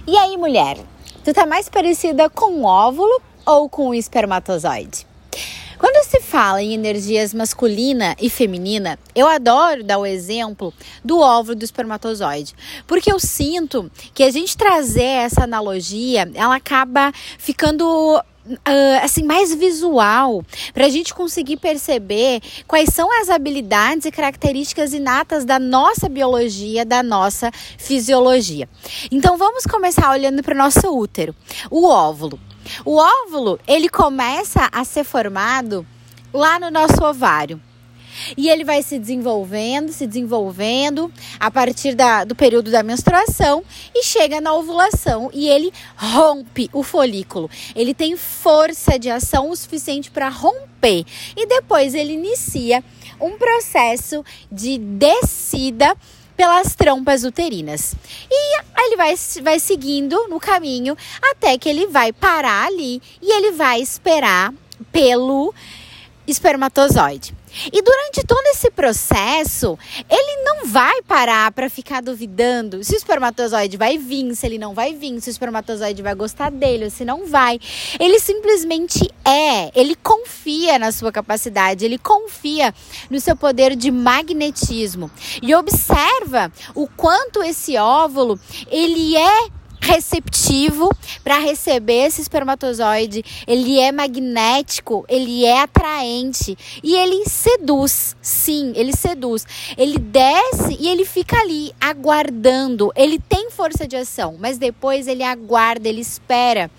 E aí, mulher? Tu tá mais parecida com um óvulo ou com um espermatozoide? Quando se fala em energias masculina e feminina, eu adoro dar o exemplo do óvulo e do espermatozoide, porque eu sinto que a gente trazer essa analogia, ela acaba ficando assim, mais visual, para a gente conseguir perceber quais são as habilidades e características inatas da nossa biologia, da nossa fisiologia. Então vamos começar olhando para o nosso útero, o óvulo. O óvulo, ele começa a ser formado lá no nosso ovário. E ele vai se desenvolvendo a partir do período da menstruação e chega na ovulação e ele rompe o folículo. Ele tem força de ação o suficiente para romper e depois ele inicia um processo de descida pelas trompas uterinas. E ele vai seguindo no caminho até que ele vai parar ali e ele vai esperar pelo espermatozoide. E durante todo esse processo, ele não vai parar para ficar duvidando se o espermatozoide vai vir, se ele não vai vir, se o espermatozoide vai gostar dele ou se não vai. Ele simplesmente ele confia na sua capacidade, ele confia no seu poder de magnetismo. E observa o quanto esse óvulo, ele é receptivo para receber esse espermatozoide, ele é magnético, ele é atraente e ele seduz, sim, ele seduz, ele desce e ele fica ali aguardando, ele tem força de ação, mas depois ele aguarda, ele espera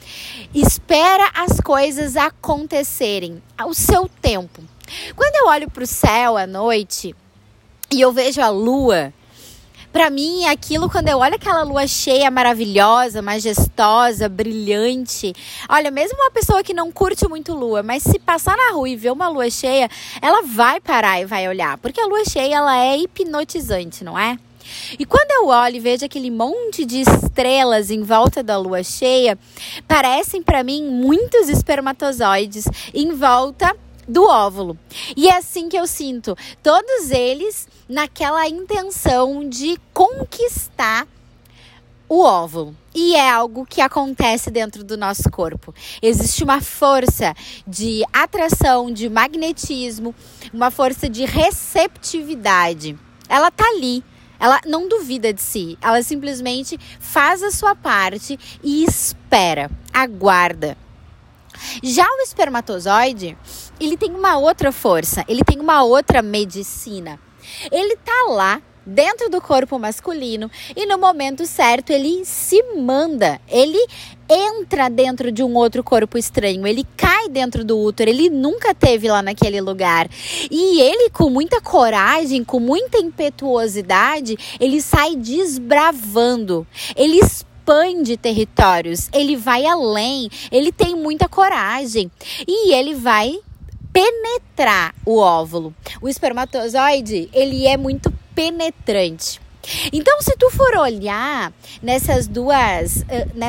as coisas acontecerem ao seu tempo. Quando eu olho para o céu à noite e eu vejo a lua, para mim, aquilo, quando eu olho aquela lua cheia maravilhosa, majestosa, brilhante. Olha, mesmo uma pessoa que não curte muito lua, mas se passar na rua e ver uma lua cheia, ela vai parar e vai olhar. Porque a lua cheia, ela é hipnotizante, não é? E quando eu olho e vejo aquele monte de estrelas em volta da lua cheia, parecem para mim muitos espermatozoides em volta do óvulo. E é assim que eu sinto, todos eles naquela intenção de conquistar o óvulo. E é algo que acontece dentro do nosso corpo. Existe uma força de atração, de magnetismo, uma força de receptividade. Ela tá ali. Ela não duvida de si. Ela simplesmente faz a sua parte e espera, aguarda. Já o espermatozoide, ele tem uma outra força, ele tem uma outra medicina. Ele tá lá dentro do corpo masculino e no momento certo ele se manda, ele entra dentro de um outro corpo estranho, ele cai dentro do útero, ele nunca esteve lá naquele lugar. E ele, com muita coragem, com muita impetuosidade, ele sai desbravando, ele expande territórios, ele vai além, ele tem muita coragem e ele vai penetrar o óvulo. O espermatozoide, ele é muito penetrante. Então, se tu for olhar nessas duas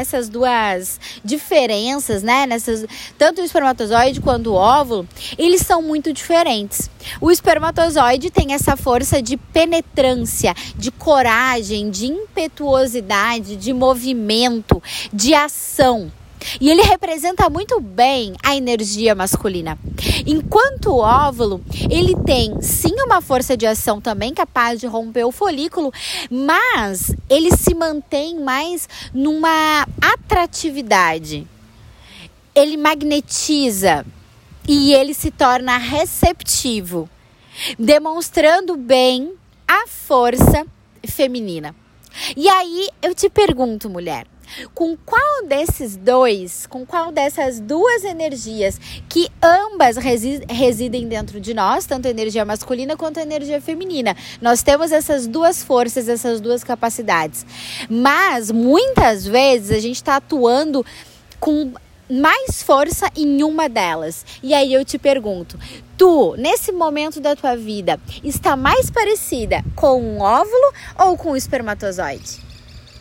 diferenças, né? Tanto o espermatozoide quanto o óvulo, eles são muito diferentes. O espermatozoide tem essa força de penetrância, de coragem, de impetuosidade, de movimento, de ação. E ele representa muito bem a energia masculina. Enquanto o óvulo, ele tem sim uma força de ação também capaz de romper o folículo, mas ele se mantém mais numa atratividade. Ele magnetiza e ele se torna receptivo, demonstrando bem a força feminina. E aí eu te pergunto, mulher, com qual dessas duas energias que ambas residem dentro de nós, tanto a energia masculina quanto a energia feminina, nós temos essas duas forças, essas duas capacidades, mas muitas vezes a gente está atuando com mais força em uma delas. E aí eu te pergunto, tu, nesse momento da tua vida, está mais parecida com um óvulo ou com um espermatozoide?